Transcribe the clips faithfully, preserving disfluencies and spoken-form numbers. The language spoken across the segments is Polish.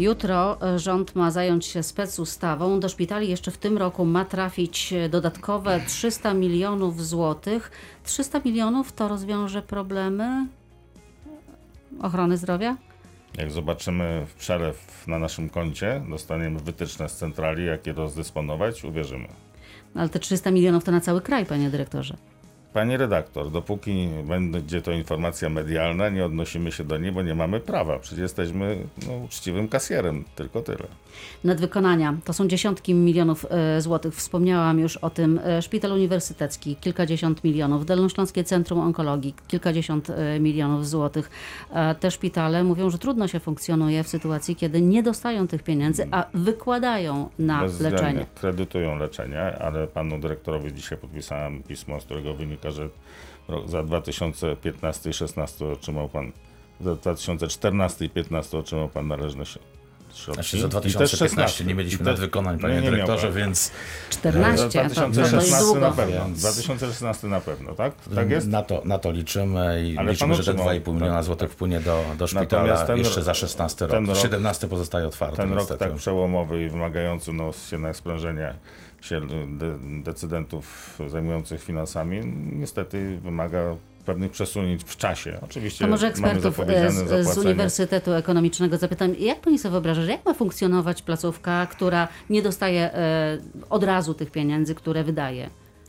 Jutro rząd ma zająć się specustawą. Do szpitali jeszcze w tym roku ma trafić dodatkowe trzysta milionów złotych. trzysta milionów to rozwiąże problemy ochrony zdrowia? Jak zobaczymy przelew na naszym koncie, dostaniemy wytyczne z centrali, jak je rozdysponować, uwierzymy. Ale te trzysta milionów to na cały kraj, panie dyrektorze. Pani redaktor, dopóki będzie to informacja medialna, nie odnosimy się do niej, bo nie mamy prawa. Przecież jesteśmy no, uczciwym kasjerem, tylko tyle. Nadwykonania to są dziesiątki milionów e, złotych. Wspomniałam już o tym. E, Szpital Uniwersytecki kilkadziesiąt milionów. Dolnośląskie Centrum Onkologii kilkadziesiąt e, milionów złotych. E, te szpitale mówią, że trudno się funkcjonuje w sytuacji, kiedy nie dostają tych pieniędzy, a wykładają na Bezwzględnie leczenie. kredytują leczenie, ale panu dyrektorowi dzisiaj podpisałem pismo, z którego wynika, że za dwa tysiące piętnasty i dwa tysiące szesnasty otrzymał pan, za dwa tysiące czternasty i dwa tysiące piętnasty otrzymał pan należne środki. Znaczy za dwa tysiące piętnasty nie mieliśmy nadwykonań, panie nie, nie dyrektorze, miał, więc... czternaście, dwa tysiące to, to jest szesnasty długo. na pewno, Więc- dwa tysiące szesnasty na pewno, tak? Tak jest? Na to, na to liczymy i Ale liczymy, pan że te otrzymał, dwa i pół miliona tak, złotych tak. wpłynie do, do szpitala Natomiast ten jeszcze rok- za szesnasty rok. ten rok- siedemnasty pozostaje otwarty. Ten rok niestety. tak przełomowy i wymagający no, jednak sprężenia się de decydentów zajmujących finansami, niestety wymaga pewnych przesunięć w czasie. Oczywiście To może mamy ekspertów zapowiedziane z, z zapłacenie. Uniwersytetu Ekonomicznego zapytam, jak pani sobie wyobraża, że jak ma funkcjonować placówka, która nie dostaje e, od razu tych pieniędzy, które wydaje?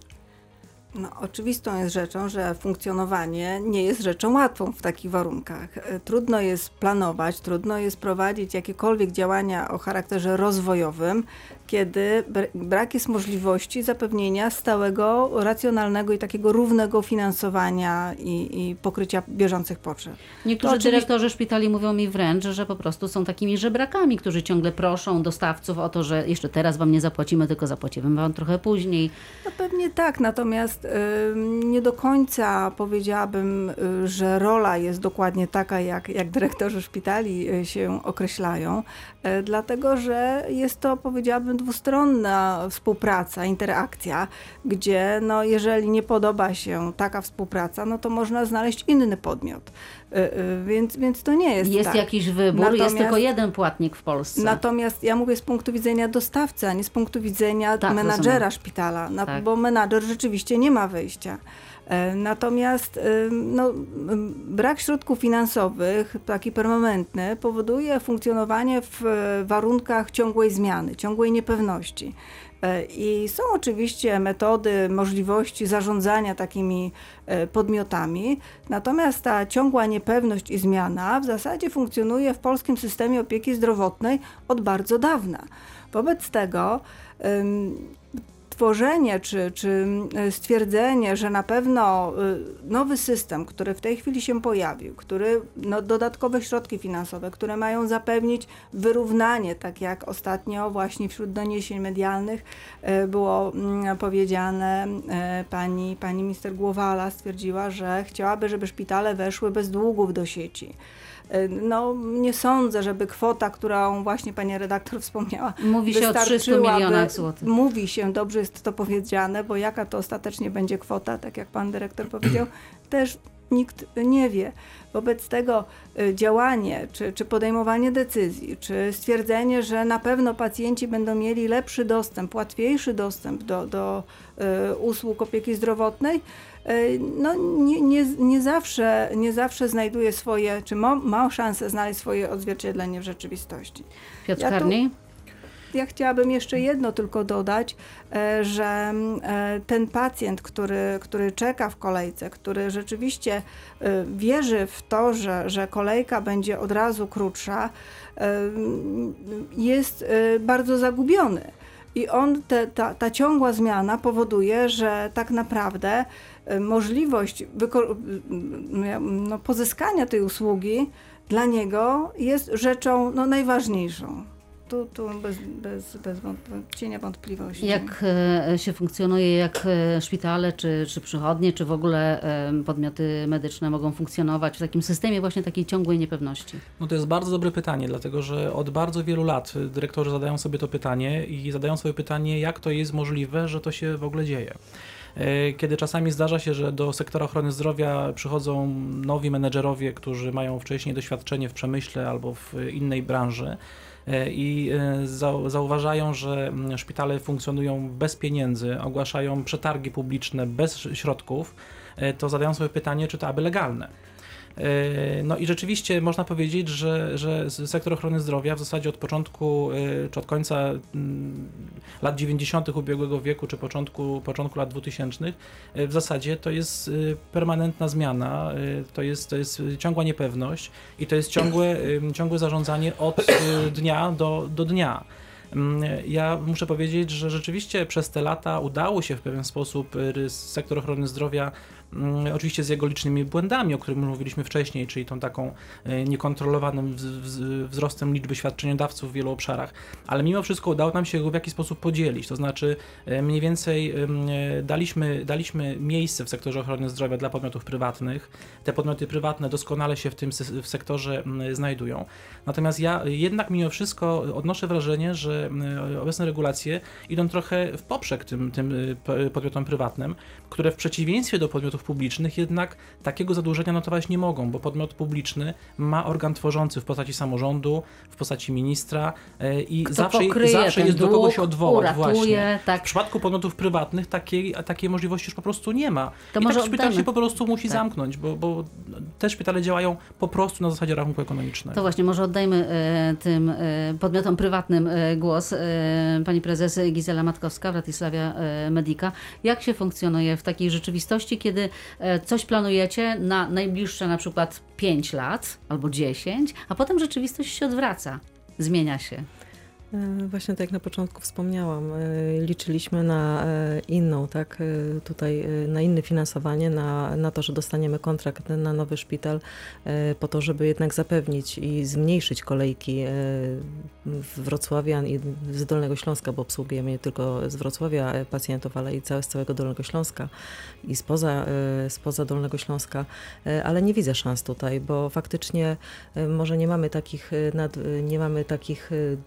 No, oczywistą jest rzeczą, że funkcjonowanie nie jest rzeczą łatwą w takich warunkach. E, Trudno jest planować, trudno jest prowadzić jakiekolwiek działania o charakterze rozwojowym, kiedy br- brak jest możliwości zapewnienia stałego, racjonalnego i takiego równego finansowania i, i pokrycia bieżących potrzeb. Niektórzy To oczywiście- dyrektorzy szpitali mówią mi wręcz, że po prostu są takimi żebrakami, którzy ciągle proszą dostawców o to, że jeszcze teraz wam nie zapłacimy, tylko zapłacimy wam trochę później. No pewnie tak, natomiast y, nie do końca powiedziałabym, y, że rola jest dokładnie taka, jak, jak dyrektorzy szpitali y, się określają, y, dlatego że jest to, powiedziałabym, dwustronna współpraca, interakcja, gdzie no, jeżeli nie podoba się taka współpraca, no to można znaleźć inny podmiot. Y, y, więc, więc to nie jest Jest tak. jakiś wybór, jest Natomiast- tylko jeden płatnik w Polsce. Natomiast ja mówię z punktu widzenia dostawcy, a nie z punktu widzenia Tak, menadżera rozumiem. szpitala, na, Tak. bo menadżer rzeczywiście nie ma wyjścia. E, Natomiast ym, no, ym, brak środków finansowych, taki permanentny, powoduje funkcjonowanie w e, warunkach ciągłej zmiany, ciągłej niepewności. E, I są oczywiście metody, możliwości zarządzania takimi e, podmiotami, natomiast ta ciągła niepewność i zmiana w zasadzie funkcjonuje w polskim systemie opieki zdrowotnej od bardzo dawna. Wobec tego ym, tworzenie czy, czy stwierdzenie, że na pewno y, nowy system, który w tej chwili się pojawił, który no, dodatkowe środki finansowe, które mają zapewnić wyrównanie, tak jak ostatnio właśnie wśród doniesień medialnych y, było mm, powiedziane, y, pani, pani minister Głowala stwierdziła, że chciałaby, żeby szpitale weszły bez długów do sieci. Y, No, nie sądzę, żeby kwota, którą właśnie pani redaktor wspomniała, Mówi się o trzystu wystarczyłaby. milionach złotych. Mówi się, dobrze jest to powiedziane, bo jaka to ostatecznie będzie kwota, tak jak pan dyrektor powiedział, też nikt nie wie. Wobec tego y, działanie, czy, czy podejmowanie decyzji, czy stwierdzenie, że na pewno pacjenci będą mieli lepszy dostęp, łatwiejszy dostęp do, do y, usług opieki zdrowotnej, y, no nie, nie, nie, zawsze, nie zawsze znajduje swoje, czy ma, ma szansę znaleźć swoje odzwierciedlenie w rzeczywistości. Piotr Ja tu- Karniej? Ja chciałabym jeszcze jedno tylko dodać, e, że e, ten pacjent, który, który czeka w kolejce, który rzeczywiście e, wierzy w to, że, że kolejka będzie od razu krótsza, e, jest e, bardzo zagubiony. I on, te, ta, ta ciągła zmiana powoduje, że tak naprawdę e, możliwość wyko- no, pozyskania tej usługi dla niego jest rzeczą no, najważniejszą. Tu, tu bez, bez, bez wątp- cienia wątpliwości. Jak e, się funkcjonuje, jak e, szpitale, czy, czy przychodnie, czy w ogóle e, podmioty medyczne mogą funkcjonować w takim systemie właśnie takiej ciągłej niepewności? No to jest bardzo dobre pytanie, dlatego że od bardzo wielu lat dyrektorzy zadają sobie to pytanie i zadają sobie pytanie, jak to jest możliwe, że to się w ogóle dzieje. Kiedy czasami zdarza się, że do sektora ochrony zdrowia przychodzą nowi menedżerowie, którzy mają wcześniej doświadczenie w przemyśle albo w innej branży, i zauważają, że szpitale funkcjonują bez pieniędzy, ogłaszają przetargi publiczne bez środków, to zadają sobie pytanie, czy to aby legalne. No i rzeczywiście można powiedzieć, że, że sektor ochrony zdrowia w zasadzie od początku, czy od końca lat dziewięćdziesiątych ubiegłego wieku, czy początku, początku lat dwutysięcznych, w zasadzie to jest permanentna zmiana, to jest, to jest ciągła niepewność i to jest ciągłe, ciągłe zarządzanie od dnia do, do dnia. Ja muszę powiedzieć, że rzeczywiście przez te lata udało się w pewien sposób sektor ochrony zdrowia, oczywiście z jego licznymi błędami, o których mówiliśmy wcześniej, czyli tą taką niekontrolowanym wzrostem liczby świadczeniodawców w wielu obszarach, ale mimo wszystko udało nam się go w jakiś sposób podzielić, to znaczy mniej więcej daliśmy, daliśmy miejsce w sektorze ochrony zdrowia dla podmiotów prywatnych. Te podmioty prywatne doskonale się w tym w sektorze znajdują. Natomiast ja jednak mimo wszystko odnoszę wrażenie, że obecne regulacje idą trochę w poprzek tym, tym podmiotom prywatnym, które w przeciwieństwie do podmiotów publicznych jednak takiego zadłużenia notować nie mogą, bo podmiot publiczny ma organ tworzący w postaci samorządu, w postaci ministra i Kto zawsze, zawsze jest do kogo się odwołać. Uratuje, właśnie. Tak. W przypadku podmiotów prywatnych takiej, takiej możliwości już po prostu nie ma. To I może tak szpital oddamy. się po prostu musi tak. zamknąć, bo, bo te szpitale działają po prostu na zasadzie rachunku ekonomicznego. To właśnie, może oddajmy e, tym e, podmiotom prywatnym e, głos. E, pani prezes Gizela Matkowska, Wratysławia e, Medica. Jak się funkcjonuje w takiej rzeczywistości, kiedy e, coś planujecie na najbliższe na przykład pięć lat albo dziesięć, a potem rzeczywistość się odwraca, zmienia się? Właśnie tak jak na początku wspomniałam, liczyliśmy na inną, tak, tutaj na inne finansowanie, na, na to, że dostaniemy kontrakt na nowy szpital po to, żeby jednak zapewnić i zmniejszyć kolejki wrocławian i z Dolnego Śląska, bo obsługujemy nie tylko z Wrocławia pacjentów, ale i całe, z całego Dolnego Śląska i spoza, spoza Dolnego Śląska, ale nie widzę szans tutaj, bo faktycznie może nie mamy takich, nad, nie mamy takich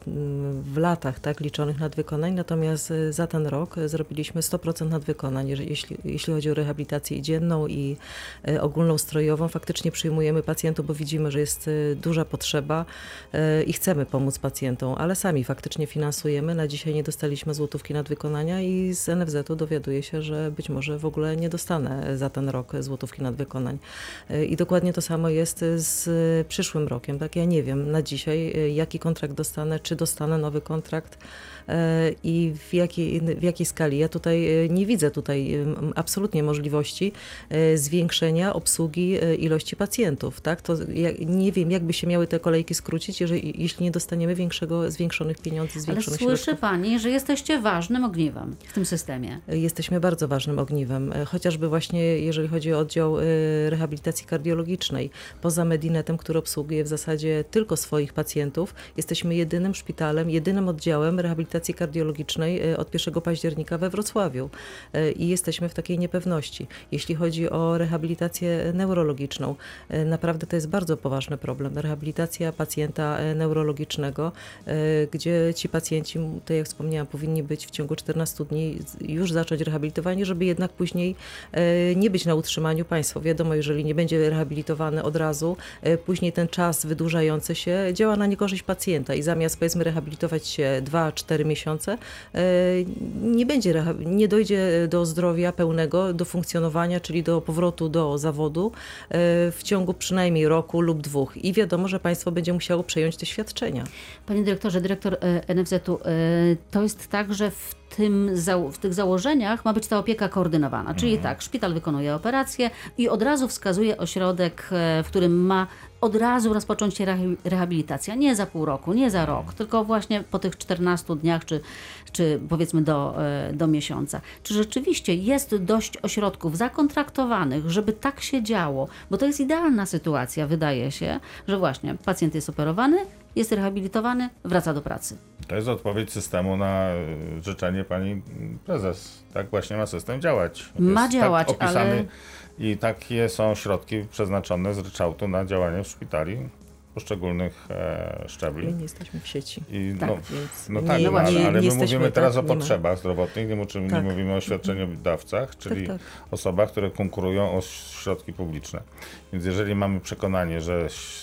w latach, tak, liczonych nadwykonań, natomiast za ten rok zrobiliśmy sto procent nadwykonań, jeśli, jeśli chodzi o rehabilitację i dzienną i ogólną strojową. Faktycznie przyjmujemy pacjentów, bo widzimy, że jest duża potrzeba i chcemy pomóc pacjentom, ale sami faktycznie finansujemy. Na dzisiaj nie dostaliśmy złotówki nadwykonania i z en ef zetu dowiaduję się, że być może w ogóle nie dostanę za ten rok złotówki nadwykonań. I dokładnie to samo jest z przyszłym rokiem. Tak, ja nie wiem na dzisiaj, jaki kontrakt dostanę, czy dostanę nowy kontrakt i w jakiej, w jakiej skali. Ja tutaj nie widzę tutaj absolutnie możliwości zwiększenia obsługi ilości pacjentów. Tak? To ja nie wiem, jakby się miały te kolejki skrócić, jeżeli, jeśli nie dostaniemy większego, zwiększonych pieniędzy, zwiększonych Ale słyszy środków. Pani, że jesteście ważnym ogniwem w tym systemie. Jesteśmy bardzo ważnym ogniwem, chociażby właśnie jeżeli chodzi o oddział rehabilitacji kardiologicznej. Poza Medinetem, który obsługuje w zasadzie tylko swoich pacjentów, jesteśmy jedynym szpitalem, jedynym oddziałem rehabilitacji kardiologicznej od pierwszego października we Wrocławiu i jesteśmy w takiej niepewności. Jeśli chodzi o rehabilitację neurologiczną, naprawdę to jest bardzo poważny problem. Rehabilitacja pacjenta neurologicznego, gdzie ci pacjenci, tak jak wspomniałam, powinni być w ciągu czternastu dni już zacząć rehabilitowanie, żeby jednak później nie być na utrzymaniu państwa. Wiadomo, jeżeli nie będzie rehabilitowany od razu, później ten czas wydłużający się działa na niekorzyść pacjenta i zamiast, powiedzmy, rehabilitować się dwa cztery miesiące, nie będzie, nie dojdzie do zdrowia pełnego, do funkcjonowania, czyli do powrotu do zawodu w ciągu przynajmniej roku lub dwóch. I wiadomo, że państwo będzie musiało przejąć te świadczenia. Panie dyrektorze, dyrektor en ef zetu, to jest tak, że w Tym, w tych założeniach ma być ta opieka koordynowana. Czyli mhm. tak, szpital wykonuje operację i od razu wskazuje ośrodek, w którym ma od razu rozpocząć się rehabilitacja. Nie za pół roku, nie za rok, tylko właśnie po tych czternastu dniach, czy, czy powiedzmy do, do miesiąca. Czy rzeczywiście jest dość ośrodków zakontraktowanych, żeby tak się działo? Bo to jest idealna sytuacja, wydaje się, że właśnie pacjent jest operowany, jest rehabilitowany, wraca do pracy. To jest odpowiedź systemu na życzenie pani prezes. Tak właśnie ma system działać. Ma jest działać, tak opisany ale... I takie są środki przeznaczone z ryczałtu na działanie w szpitali poszczególnych e, szczebli. My nie jesteśmy w sieci. I tak, no, więc no nie, tak, nie, no, ale, nie, ale nie my mówimy teraz tak, o potrzebach zdrowotnych, nie, nie tak. mówimy o świadczeniodawcach, czyli tak, tak. osobach, które konkurują o środki publiczne. Więc jeżeli mamy przekonanie, że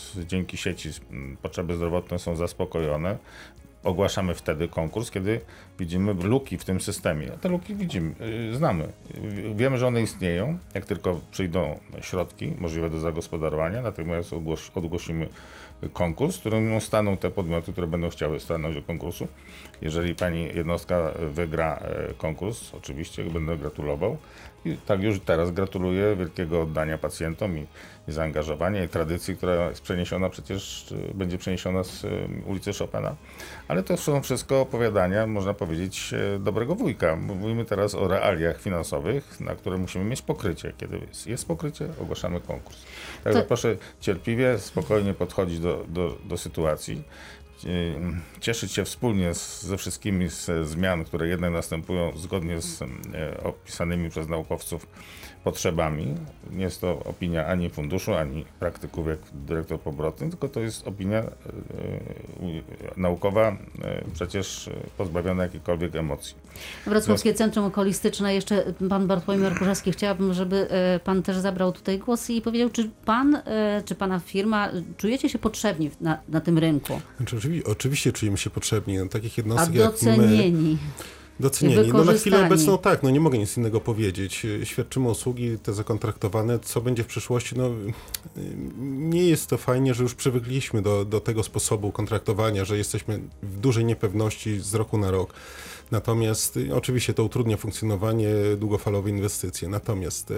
dzięki sieci potrzeby zdrowotne są zaspokojone, ogłaszamy wtedy konkurs, kiedy widzimy luki w tym systemie. A te luki widzimy, znamy. Wiemy, że one istnieją. Jak tylko przyjdą środki możliwe do zagospodarowania, natychmiast ogłos- ogłosimy konkurs, w którym staną te podmioty, które będą chciały stanąć do konkursu. Jeżeli pani jednostka wygra konkurs, oczywiście będę gratulował. I tak już teraz gratuluję wielkiego oddania pacjentom i, i zaangażowania i tradycji, która jest przeniesiona przecież, będzie przeniesiona z ulicy Chopina. Ale to są wszystko opowiadania, można powiedzieć, dobrego wujka. Mówimy teraz o realiach finansowych, na które musimy mieć pokrycie. Kiedy jest, jest pokrycie, ogłaszamy konkurs. Także to... proszę cierpliwie, spokojnie podchodzić do, do, do sytuacji. Cieszyć się wspólnie z, ze wszystkimi z zmian, które jednak następują zgodnie z e, opisanymi przez naukowców potrzebami. Nie jest to opinia ani funduszu, ani praktyków jak dyrektor Pobrotny, tylko to jest opinia e, e, naukowa, e, przecież pozbawiona jakichkolwiek emocji. Wrocławskie Centrum Okulistyczne, jeszcze pan Bartłomiej Markuszewski, chciałabym, żeby pan też zabrał tutaj głos i powiedział, czy pan, czy pana firma czujecie się potrzebni na, na tym rynku? Znaczy, oczywiście, oczywiście czujemy się potrzebni. No, takich jednostek A docenieni. jak my... Docenieni. No na chwilę obecną tak, no nie mogę nic innego powiedzieć. Świadczymy usługi te zakontraktowane. Co będzie w przyszłości? No nie jest to fajnie, że już przywykliśmy do, do tego sposobu kontraktowania, że jesteśmy w dużej niepewności z roku na rok. Natomiast y, oczywiście to utrudnia funkcjonowanie długofalowej inwestycji. Natomiast y,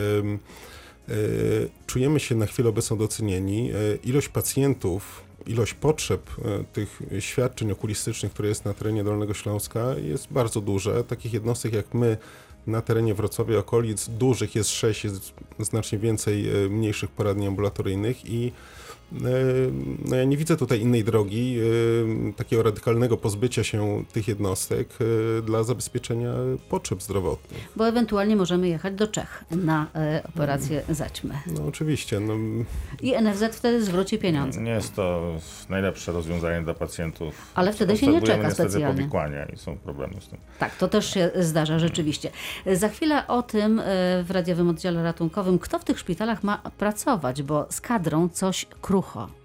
y, czujemy się na chwilę obecną docenieni. Y, ilość pacjentów, ilość potrzeb y, tych świadczeń okulistycznych, które jest na terenie Dolnego Śląska, jest bardzo duże. Takich jednostek jak my na terenie Wrocławia i okolic dużych jest sześć, jest znacznie więcej y, mniejszych poradni ambulatoryjnych i no ja nie widzę tutaj innej drogi, y, takiego radykalnego pozbycia się tych jednostek y, dla zabezpieczenia potrzeb zdrowotnych. Bo ewentualnie możemy jechać do Czech na y, operację zaćmy. No oczywiście. No. I N F Z wtedy zwróci pieniądze. Nie jest to najlepsze rozwiązanie dla pacjentów. Ale wtedy się nie czeka specjalnie. Powikłania i są problemy z tym. Tak, to też się zdarza rzeczywiście. Za chwilę o tym y, w radiowym oddziale ratunkowym, kto w tych szpitalach ma pracować, bo z kadrą coś krucho.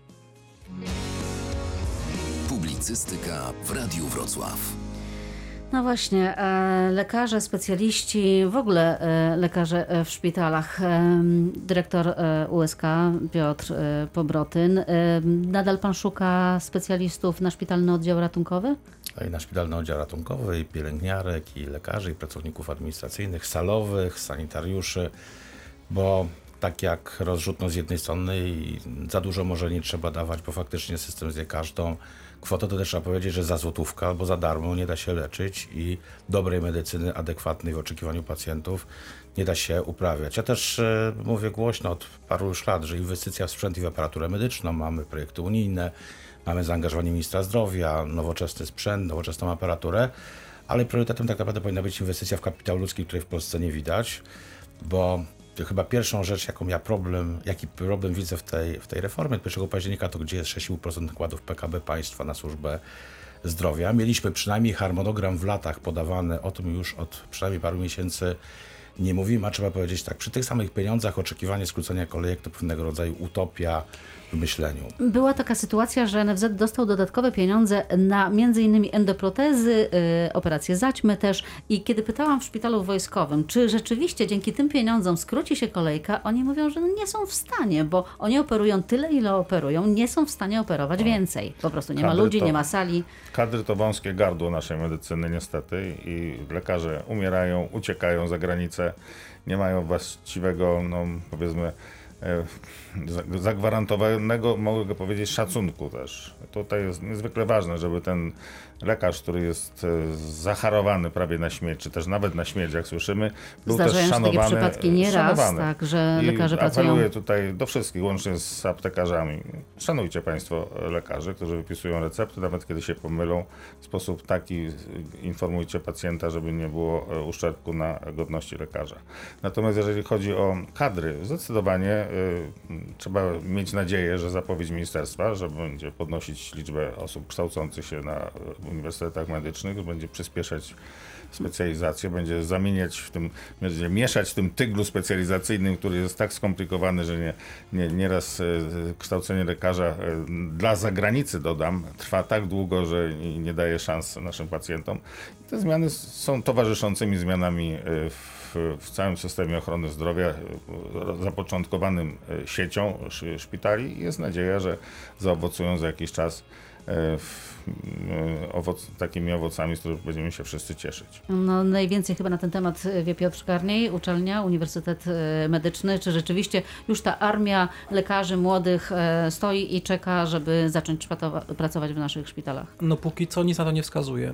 Publicystyka w Radiu Wrocław. No właśnie, e, lekarze, specjaliści, w ogóle e, lekarze w szpitalach. E, dyrektor e, U S K Piotr e, Pobrotyn. E, nadal pan szuka specjalistów na szpitalny oddział ratunkowy? I na szpitalny oddział ratunkowy, i pielęgniarek, i lekarzy, i pracowników administracyjnych, salowych, sanitariuszy, bo tak jak rozrzutno z jednej strony i za dużo może nie trzeba dawać, bo faktycznie system zje każdą kwotę, to też trzeba powiedzieć, że za złotówkę albo za darmo nie da się leczyć i dobrej medycyny adekwatnej w oczekiwaniu pacjentów nie da się uprawiać. Ja też e, mówię głośno od paru już lat, że inwestycja w sprzęt i w aparaturę medyczną, mamy projekty unijne, mamy zaangażowanie ministra zdrowia, nowoczesny sprzęt, nowoczesną aparaturę, ale priorytetem tak naprawdę powinna być inwestycja w kapitał ludzki, której w Polsce nie widać, bo to chyba pierwszą rzecz, jaką ja problem, jaki problem widzę w tej, w tej reformie od pierwszego października, to gdzie jest sześć i pół procent nakładów P K B państwa na służbę zdrowia. Mieliśmy przynajmniej harmonogram w latach podawany, o tym już od przynajmniej paru miesięcy nie mówimy, a trzeba powiedzieć tak, przy tych samych pieniądzach oczekiwanie skrócenia kolejek to pewnego rodzaju utopia w myśleniu. Była taka sytuacja, że N F Z dostał dodatkowe pieniądze na między innymi endoprotezy, yy, operację zaćmy też i kiedy pytałam w szpitalu wojskowym, czy rzeczywiście dzięki tym pieniądzom skróci się kolejka, oni mówią, że nie są w stanie, bo oni operują tyle, ile operują, nie są w stanie operować więcej. Po prostu nie ma ludzi, to, nie ma sali. Kadry to wąskie gardło naszej medycyny niestety i lekarze umierają, uciekają za granicę, nie mają właściwego, no powiedzmy, zagwarantowanego, mogę powiedzieć, szacunku też. Tutaj jest niezwykle ważne, żeby ten lekarz, który jest zacharowany prawie na śmierć, czy też nawet na śmierć, jak słyszymy, był Zdarzają też szanowany. Zdarzają się takie przypadki nieraz, szanowany. tak, że I lekarze pracują... apeluję tutaj do wszystkich, łącznie z aptekarzami. Szanujcie Państwo lekarzy, którzy wypisują recepty, nawet kiedy się pomylą. W sposób taki informujcie pacjenta, żeby nie było uszczerbku na godności lekarza. Natomiast jeżeli chodzi o kadry, zdecydowanie trzeba mieć nadzieję, że zapowiedź ministerstwa, że będzie podnosić liczbę osób kształcących się na uniwersytetach medycznych, będzie przyspieszać specjalizację, będzie zamieniać w tym, będzie mieszać w tym tyglu specjalizacyjnym, który jest tak skomplikowany, że nie, nie, nieraz kształcenie lekarza dla zagranicy, dodam, trwa tak długo, że nie daje szans naszym pacjentom. I te zmiany są towarzyszącymi zmianami w, w całym systemie ochrony zdrowia, zapoczątkowanym siecią szpitali. Jest nadzieja, że zaowocują za jakiś czas w, owoc, takimi owocami, z których będziemy się wszyscy cieszyć. No, najwięcej chyba na ten temat wie Piotr Karniej, uczelnia, Uniwersytet Medyczny. Czy rzeczywiście już ta armia lekarzy młodych stoi i czeka, żeby zacząć pracować w naszych szpitalach? No póki co nic na to nie wskazuje,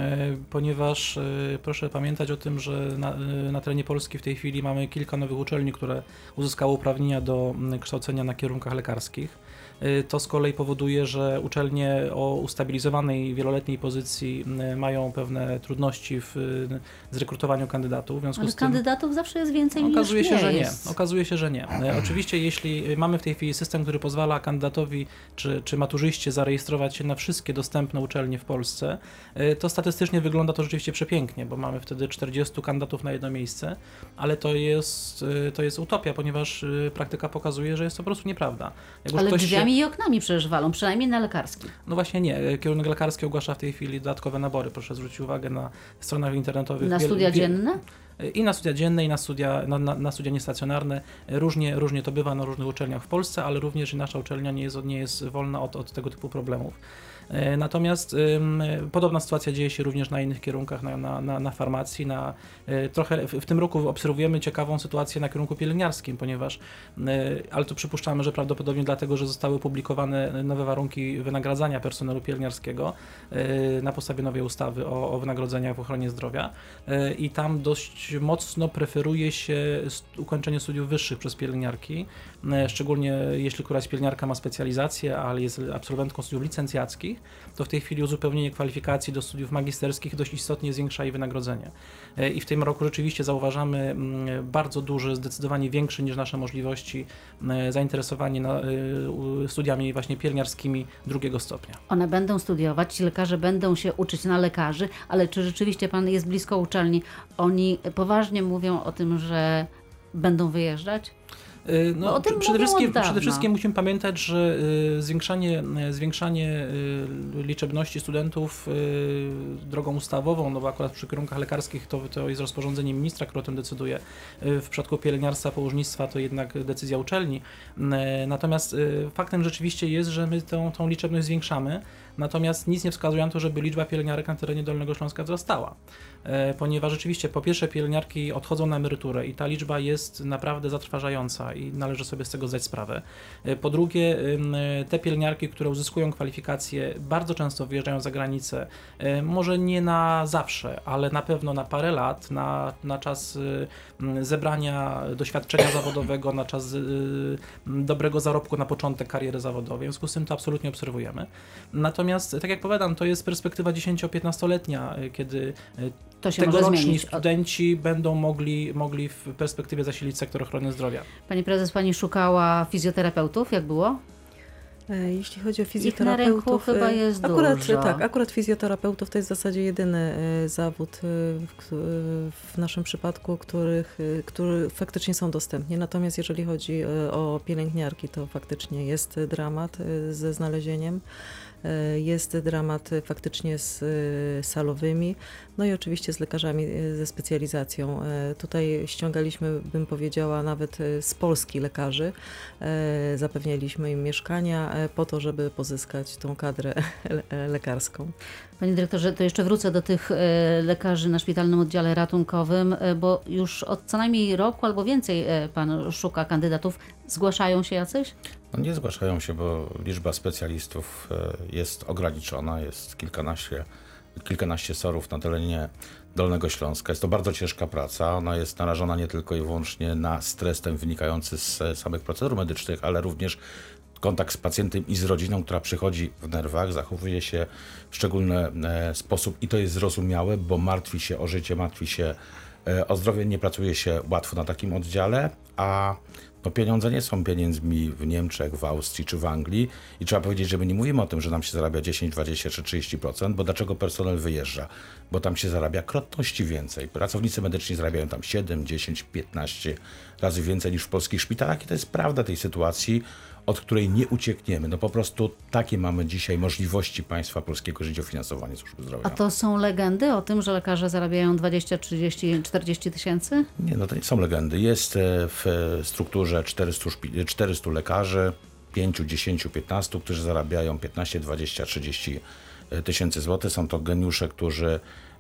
ponieważ proszę pamiętać o tym, że na, na terenie Polski w tej chwili mamy kilka nowych uczelni, które uzyskały uprawnienia do kształcenia na kierunkach lekarskich. To z kolei powoduje, że uczelnie o ustabilizowanej wieloletniej pozycji mają pewne trudności w zrekrutowaniu kandydatów. W związku Ale z tym kandydatów zawsze jest więcej niż okazuje się, nie że jest. nie. Okazuje się, że nie. Oczywiście jeśli mamy w tej chwili system, który pozwala kandydatowi czy, czy maturzyście zarejestrować się na wszystkie dostępne uczelnie w Polsce, to statystycznie wygląda to rzeczywiście przepięknie, bo mamy wtedy czterdziestu kandydatów na jedno miejsce, ale to jest, to jest utopia, ponieważ praktyka pokazuje, że jest to po prostu nieprawda. Jak Ale ktoś drzwiami się... i oknami przecież walą, przynajmniej na lekarski. No właśnie nie. Kierunek lekarski ogłasza w tej chwili dodatkowe nabory. Proszę zwrócić uwagę na stronach internetowych. Na wiel... studia dzienne? I na studia dzienne, i na studia, na, na, na studia niestacjonarne. Różnie, różnie to bywa na różnych uczelniach w Polsce, ale również i nasza uczelnia nie jest, nie jest wolna od, od tego typu problemów. Natomiast ym, podobna sytuacja dzieje się również na innych kierunkach, na, na, na, na farmacji. Na, y, trochę w, w tym roku obserwujemy ciekawą sytuację na kierunku pielęgniarskim, ponieważ, y, ale to przypuszczamy, że prawdopodobnie dlatego, że zostały opublikowane nowe warunki wynagradzania personelu pielęgniarskiego y, na podstawie nowej ustawy o, o wynagrodzeniach w ochronie zdrowia y, i tam dość mocno preferuje się st- ukończenie studiów wyższych przez pielęgniarki, y, szczególnie jeśli któraś pielęgniarka ma specjalizację, ale jest absolwentką studiów licencjackich, to w tej chwili uzupełnienie kwalifikacji do studiów magisterskich dość istotnie zwiększa jej wynagrodzenie. I w tym roku rzeczywiście zauważamy bardzo duże, zdecydowanie większe niż nasze możliwości zainteresowanie na, studiami właśnie pielęgniarskimi drugiego stopnia. One będą studiować, ci lekarze będą się uczyć na lekarzy, ale czy rzeczywiście Pan jest blisko uczelni? Oni poważnie mówią o tym, że będą wyjeżdżać? No, przede, wszystkim, przede wszystkim musimy pamiętać, że zwiększanie, zwiększanie liczebności studentów drogą ustawową, no bo akurat przy kierunkach lekarskich to, to jest rozporządzenie ministra, który o tym decyduje. W przypadku pielęgniarstwa, położnictwa to jednak decyzja uczelni. Natomiast faktem rzeczywiście jest, że my tą, tą liczebność zwiększamy, natomiast nic nie wskazuje na to, żeby liczba pielęgniarek na terenie Dolnego Śląska wzrastała. Ponieważ rzeczywiście po pierwsze pielęgniarki odchodzą na emeryturę i ta liczba jest naprawdę zatrważająca i należy sobie z tego zdać sprawę. Po drugie, te pielęgniarki, które uzyskują kwalifikacje, bardzo często wyjeżdżają za granicę, może nie na zawsze, ale na pewno na parę lat, na, na czas zebrania doświadczenia zawodowego, na czas dobrego zarobku na początek kariery zawodowej. W związku z tym to absolutnie obserwujemy. Natomiast, tak jak powiadam, to jest perspektywa dziesięcio-piętnastoletnia, kiedy to się tegoroczni studenci będą mogli, mogli w perspektywie zasilić sektor ochrony zdrowia. Pani prezes, Pani szukała fizjoterapeutów, jak było? Jeśli chodzi o fizjoterapeutów, ich na rynku chyba jest akurat, dużo. Tak, akurat fizjoterapeutów to jest w zasadzie jedyny zawód w naszym przypadku, których, który faktycznie są dostępni. Natomiast jeżeli chodzi o pielęgniarki, to faktycznie jest dramat ze znalezieniem. Jest dramat faktycznie z salowymi, no i oczywiście z lekarzami ze specjalizacją. Tutaj ściągaliśmy, bym powiedziała, nawet z Polski lekarzy. Zapewnialiśmy im mieszkania po to, żeby pozyskać tą kadrę lekarską. Panie dyrektorze, to jeszcze wrócę do tych lekarzy na szpitalnym oddziale ratunkowym, bo już od co najmniej roku albo więcej Pan szuka kandydatów. Zgłaszają się jacyś? No nie zgłaszają się, bo liczba specjalistów jest ograniczona, jest kilkanaście, kilkanaście sorów na terenie Dolnego Śląska. Jest to bardzo ciężka praca, ona jest narażona nie tylko i wyłącznie na stres ten wynikający z samych procedur medycznych, ale również kontakt z pacjentem i z rodziną, która przychodzi w nerwach, zachowuje się w szczególny sposób i to jest zrozumiałe, bo martwi się o życie, martwi się O zdrowie nie pracuje się łatwo na takim oddziale, a no pieniądze nie są pieniędzmi w Niemczech, w Austrii czy w Anglii i trzeba powiedzieć, że my nie mówimy o tym, że nam się zarabia dziesięć, dwadzieścia czy trzydzieści procent, bo dlaczego personel wyjeżdża? Bo tam się zarabia krotności więcej. Pracownicy medyczni zarabiają tam siedem, dziesięć, piętnaście razy więcej niż w polskich szpitalach i to jest prawda tej sytuacji, od której nie uciekniemy. No po prostu takie mamy dzisiaj możliwości państwa polskiego, jeżeli chodzi o finansowanie służby zdrowia. A to są legendy o tym, że lekarze zarabiają dwadzieścia, trzydzieści, czterdzieści tysięcy? Nie, no to nie są legendy. Jest w strukturze czterystu, czterystu lekarzy, pięć, dziesięć, piętnaście, którzy zarabiają piętnaście, dwadzieścia, trzydzieści tysięcy złotych. Są to geniusze, którzy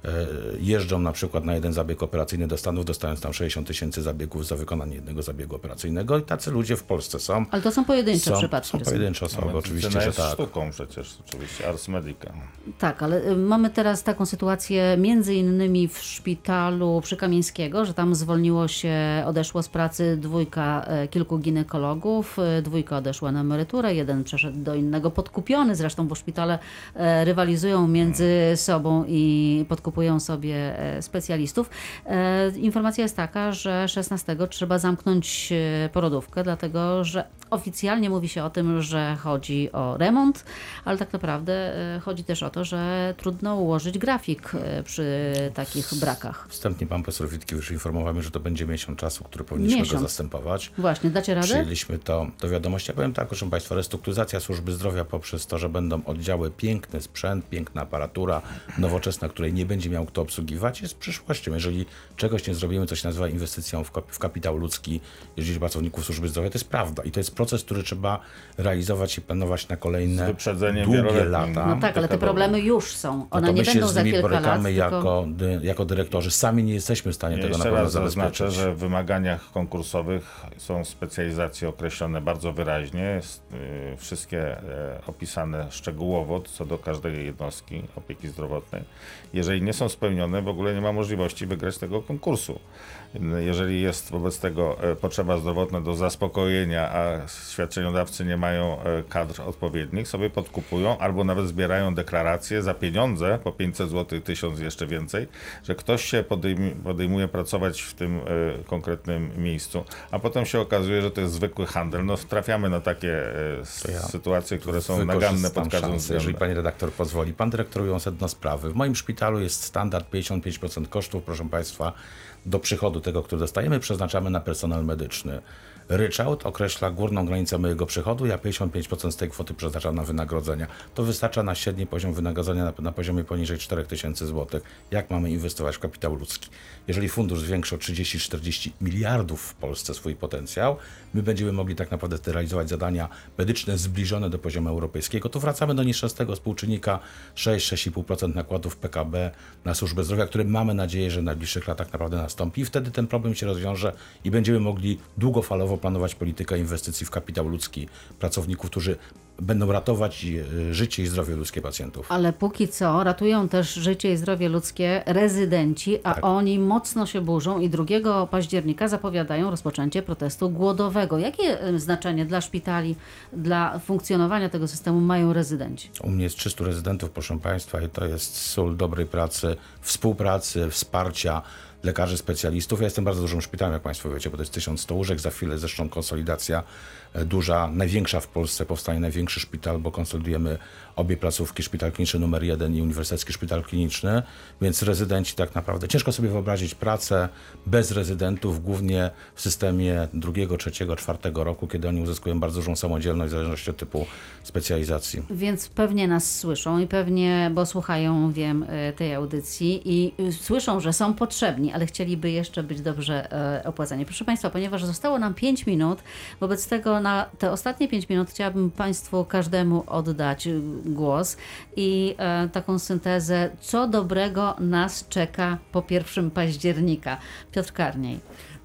jeżdżą na przykład na jeden zabieg operacyjny do Stanów, dostając tam sześćdziesiąt tysięcy zabiegów za wykonanie jednego zabiegu operacyjnego i tacy ludzie w Polsce są. Ale to są pojedyncze są, przypadki. Są pojedyncze osoby, no, oczywiście, że jest tak. sztuką przecież, oczywiście, Ars Medica. Tak, ale mamy teraz taką sytuację między innymi w szpitalu przy Kamieńskiego, że tam zwolniło się, odeszło z pracy dwójka, kilku ginekologów, dwójka odeszła na emeryturę, jeden przeszedł do innego, podkupiony zresztą, bo szpitale rywalizują między sobą i podkupują sobie specjalistów. Informacja jest taka, że szesnastego trzeba zamknąć porodówkę, dlatego że oficjalnie mówi się o tym, że chodzi o remont, ale tak naprawdę chodzi też o to, że trudno ułożyć grafik przy takich brakach. Wstępnie pan profesor Witkiewicz informował mnie, że to będzie miesiąc czasu, który powinniśmy miesiąc. go zastępować. Właśnie, dacie radę? Przyjęliśmy to do wiadomości. Ja powiem tak, proszę państwa, restrukturyzacja służby zdrowia poprzez to, że będą oddziały, piękny sprzęt, piękna aparatura nowoczesna, której nie będzie miał kto obsługiwać, jest przyszłością. Jeżeli czegoś nie zrobimy, co się nazywa inwestycją w, kap- w kapitał ludzki, jeżeli chodzi o pracowników służby zdrowia, to jest prawda. I to jest proces, który trzeba realizować i planować na kolejne długie lata. No tak, ale te problemy już są. One no to nie my się będą z za nimi kilka borykamy lat. jako, tylko... dy, jako dyrektorzy. Sami nie jesteśmy w stanie Ja tego na jeszcze pewno raz zabezpieczyć. zaznaczę, że w wymaganiach konkursowych są specjalizacje określone bardzo wyraźnie. Jest, y, wszystkie y, opisane szczegółowo co do każdej jednostki opieki zdrowotnej. Jeżeli nie są spełnione, w ogóle nie ma możliwości wygrać tego konkursu. Jeżeli jest wobec tego potrzeba zdrowotna do zaspokojenia, a świadczeniodawcy nie mają kadr odpowiednich, sobie podkupują albo nawet zbierają deklaracje za pieniądze, po pięćset złotych, tysiąc jeszcze więcej, że ktoś się podejmuje, podejmuje pracować w tym konkretnym miejscu, a potem się okazuje, że to jest zwykły handel. No trafiamy na takie ja sytuacje, które są naganne pod każdym względem. Jeżeli pani redaktor pozwoli. Pan dyrektor sedno sprawy. W moim szpitalu jest standard pięćdziesiąt pięć procent kosztów, proszę państwa, do przychodu tego, który dostajemy, przeznaczamy na personel medyczny. Ryczałt określa górną granicę mojego przychodu, ja pięćdziesiąt pięć procent z tej kwoty przeznaczam na wynagrodzenia. To wystarcza na średni poziom wynagrodzenia na, na poziomie poniżej cztery tysiące złotych. Jak mamy inwestować w kapitał ludzki? Jeżeli fundusz zwiększy o trzydzieści czterdzieści miliardów w Polsce swój potencjał, my będziemy mogli tak naprawdę realizować zadania medyczne zbliżone do poziomu europejskiego, to wracamy do niższego współczynnika sześć do sześciu i pół procent nakładów P K B na służbę zdrowia, który mamy nadzieję, że w najbliższych latach naprawdę nastąpi i wtedy ten problem się rozwiąże i będziemy mogli długofalowo planować politykę inwestycji w kapitał ludzki pracowników, którzy będą ratować życie i zdrowie ludzkie pacjentów. Ale póki co ratują też życie i zdrowie ludzkie rezydenci, a tak. Oni mocno się burzą i drugiego października zapowiadają rozpoczęcie protestu głodowego. Jakie znaczenie dla szpitali, dla funkcjonowania tego systemu mają rezydenci? U mnie jest trzystu rezydentów, proszę państwa, i to jest sól dobrej pracy, współpracy, wsparcia lekarzy specjalistów. Ja jestem bardzo dużym szpitalem, jak państwo wiecie, bo to jest tysiąc sto łóżek, za chwilę zresztą konsolidacja duża, największa w Polsce, powstanie największy szpital, bo konsolidujemy obie placówki, szpital kliniczny numer jeden i uniwersytecki szpital kliniczny, więc rezydenci tak naprawdę, ciężko sobie wyobrazić pracę bez rezydentów, głównie w systemie drugiego, trzeciego, czwartego roku, kiedy oni uzyskują bardzo dużą samodzielność w zależności od typu specjalizacji. Więc pewnie nas słyszą i pewnie, bo słuchają, wiem, tej audycji i słyszą, że są potrzebni, ale chcieliby jeszcze być dobrze opłacani. Proszę państwa, ponieważ zostało nam pięć minut, wobec tego na te ostatnie pięć minut chciałabym państwu każdemu oddać głos i e, taką syntezę, co dobrego nas czeka po pierwszego października. Piotr Karniej.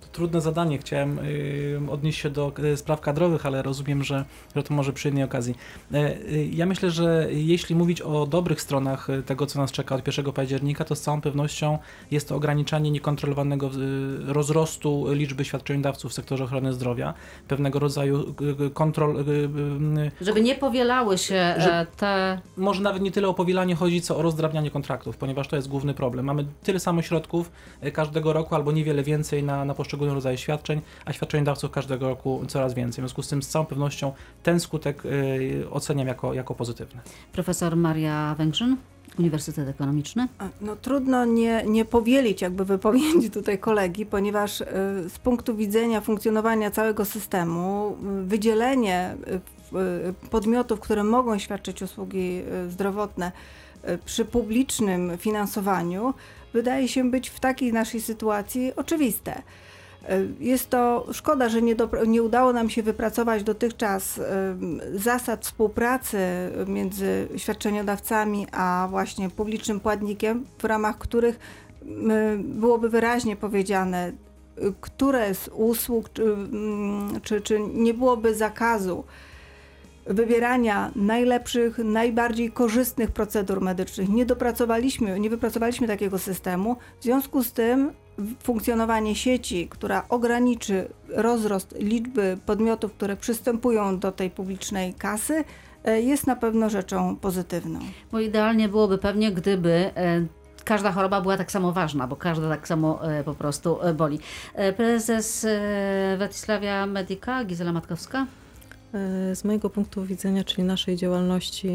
trudne zadanie. Chciałem y, odnieść się do y, spraw kadrowych, ale rozumiem, że, że to może przy innej okazji. Y, y, ja myślę, że jeśli mówić o dobrych stronach tego, co nas czeka od pierwszego października, to z całą pewnością jest to ograniczanie niekontrolowanego y, rozrostu liczby świadczeniodawców w sektorze ochrony zdrowia, pewnego rodzaju y, kontrol... Y, y, Żeby nie powielały się że, te... Może nawet nie tyle o powielanie chodzi, co o rozdrabnianie kontraktów, ponieważ to jest główny problem. Mamy tyle samo środków każdego roku, albo niewiele więcej na, na poszczególne rodzaje świadczeń, a świadczeniodawców każdego roku coraz więcej. W związku z tym z całą pewnością ten skutek y, oceniam jako, jako pozytywny. Profesor Maria Węgrzyn, Uniwersytet Ekonomiczny. No trudno nie, nie powielić jakby wypowiedzi tutaj kolegi, ponieważ y, z punktu widzenia funkcjonowania całego systemu y, wydzielenie y, y, podmiotów, które mogą świadczyć usługi y, zdrowotne y, przy publicznym finansowaniu wydaje się być w takiej naszej sytuacji oczywiste. Jest to szkoda, że nie, do, nie udało nam się wypracować dotychczas y, zasad współpracy między świadczeniodawcami a właśnie publicznym płatnikiem, w ramach których y, byłoby wyraźnie powiedziane, y, które z usług, czy, y, czy, czy nie byłoby zakazu wybierania najlepszych, najbardziej korzystnych procedur medycznych. Nie dopracowaliśmy, nie wypracowaliśmy takiego systemu. W związku z tym funkcjonowanie sieci, która ograniczy rozrost liczby podmiotów, które przystępują do tej publicznej kasy, jest na pewno rzeczą pozytywną. Bo idealnie byłoby pewnie, gdyby każda choroba była tak samo ważna, bo każda tak samo po prostu boli. Prezes Władysławia Medica, Gizela Matkowska. Z mojego punktu widzenia, czyli naszej działalności,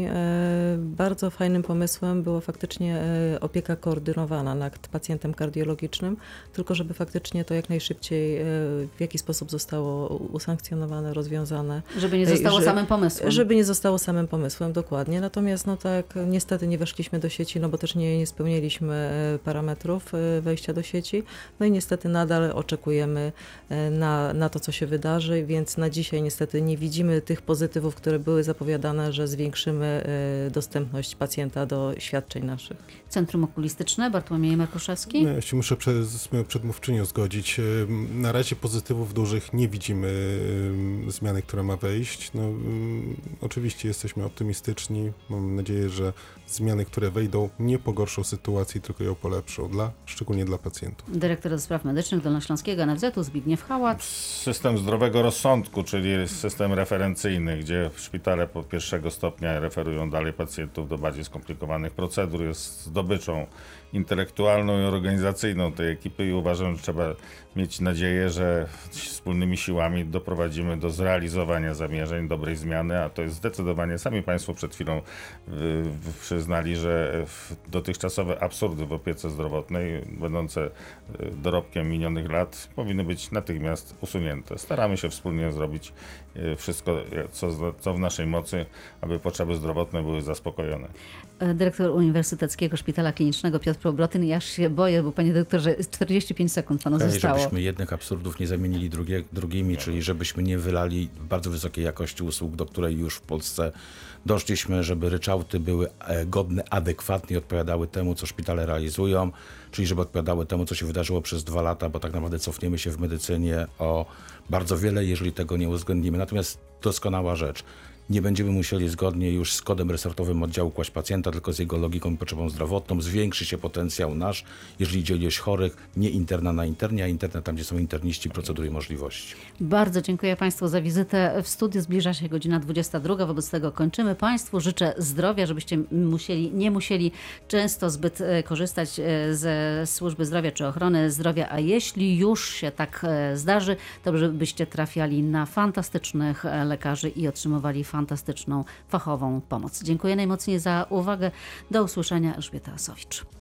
bardzo fajnym pomysłem było faktycznie opieka koordynowana nad pacjentem kardiologicznym, tylko żeby faktycznie to jak najszybciej w jakiś sposób zostało usankcjonowane, rozwiązane. Żeby nie zostało że, samym pomysłem. Żeby nie zostało samym pomysłem, dokładnie. Natomiast no tak, niestety nie weszliśmy do sieci, no bo też nie, nie spełniliśmy parametrów wejścia do sieci. No i niestety nadal oczekujemy na, na to, co się wydarzy, więc na dzisiaj niestety nie widzimy tych pozytywów, które były zapowiadane, że zwiększymy dostępność pacjenta do świadczeń naszych. Centrum Okulistyczne, Bartłomiej Markuszewski. No, ja się muszę przed, z moją przedmówczynią zgodzić. Na razie pozytywów dużych nie widzimy zmiany, która ma wejść. No, oczywiście jesteśmy optymistyczni. Mam nadzieję, że zmiany, które wejdą, nie pogorszą sytuacji, tylko ją polepszą, dla, szczególnie dla pacjentów. Dyrektor do spraw medycznych Dolnośląskiego N F Z-u Zbigniew Hałat. System zdrowego rozsądku, czyli system referencyjny, gdzie szpitale po pierwszego stopnia referują dalej pacjentów do bardziej skomplikowanych procedur, jest zdobyczą intelektualną i organizacyjną tej ekipy i uważam, że trzeba mieć nadzieję, że wspólnymi siłami doprowadzimy do zrealizowania zamierzeń, dobrej zmiany, a to jest zdecydowanie, sami Państwo przed chwilą y, przyznali, że dotychczasowe absurdy w opiece zdrowotnej, będące dorobkiem minionych lat, powinny być natychmiast usunięte. Staramy się wspólnie zrobić wszystko, co, co w naszej mocy, aby potrzeby zdrowotne były zaspokojone. Dyrektor Uniwersyteckiego Szpitala Klinicznego Piotr Probrotyn. Ja się boję, bo panie doktorze, czterdzieści pięć sekund panu Prawie, zostało. Żebyśmy jednych absurdów nie zamienili drugie, drugimi, czyli żebyśmy nie wylali bardzo wysokiej jakości usług, do której już w Polsce doszliśmy, żeby ryczałty były godne, adekwatnie odpowiadały temu, co szpitale realizują, czyli żeby odpowiadały temu, co się wydarzyło przez dwa lata, bo tak naprawdę cofniemy się w medycynie o bardzo wiele, jeżeli tego nie uwzględnimy. Natomiast doskonała rzecz. Nie będziemy musieli zgodnie już z kodem resortowym oddziału kłaść pacjenta, tylko z jego logiką i potrzebą zdrowotną. Zwiększy się potencjał nasz, jeżeli idzie o ilość chorych, nie interna na internie, a internet tam, gdzie są interniści, procedury i możliwości. Bardzo dziękuję Państwu za wizytę w studiu. Zbliża się godzina dwudziesta druga, wobec tego kończymy. Państwu życzę zdrowia, żebyście musieli, nie musieli często zbyt korzystać ze służby zdrowia czy ochrony zdrowia, a jeśli już się tak zdarzy, to żebyście trafiali na fantastycznych lekarzy i otrzymywali fantastyczną, fachową pomoc. Dziękuję najmocniej za uwagę. Do usłyszenia. Elżbieta Asowicz.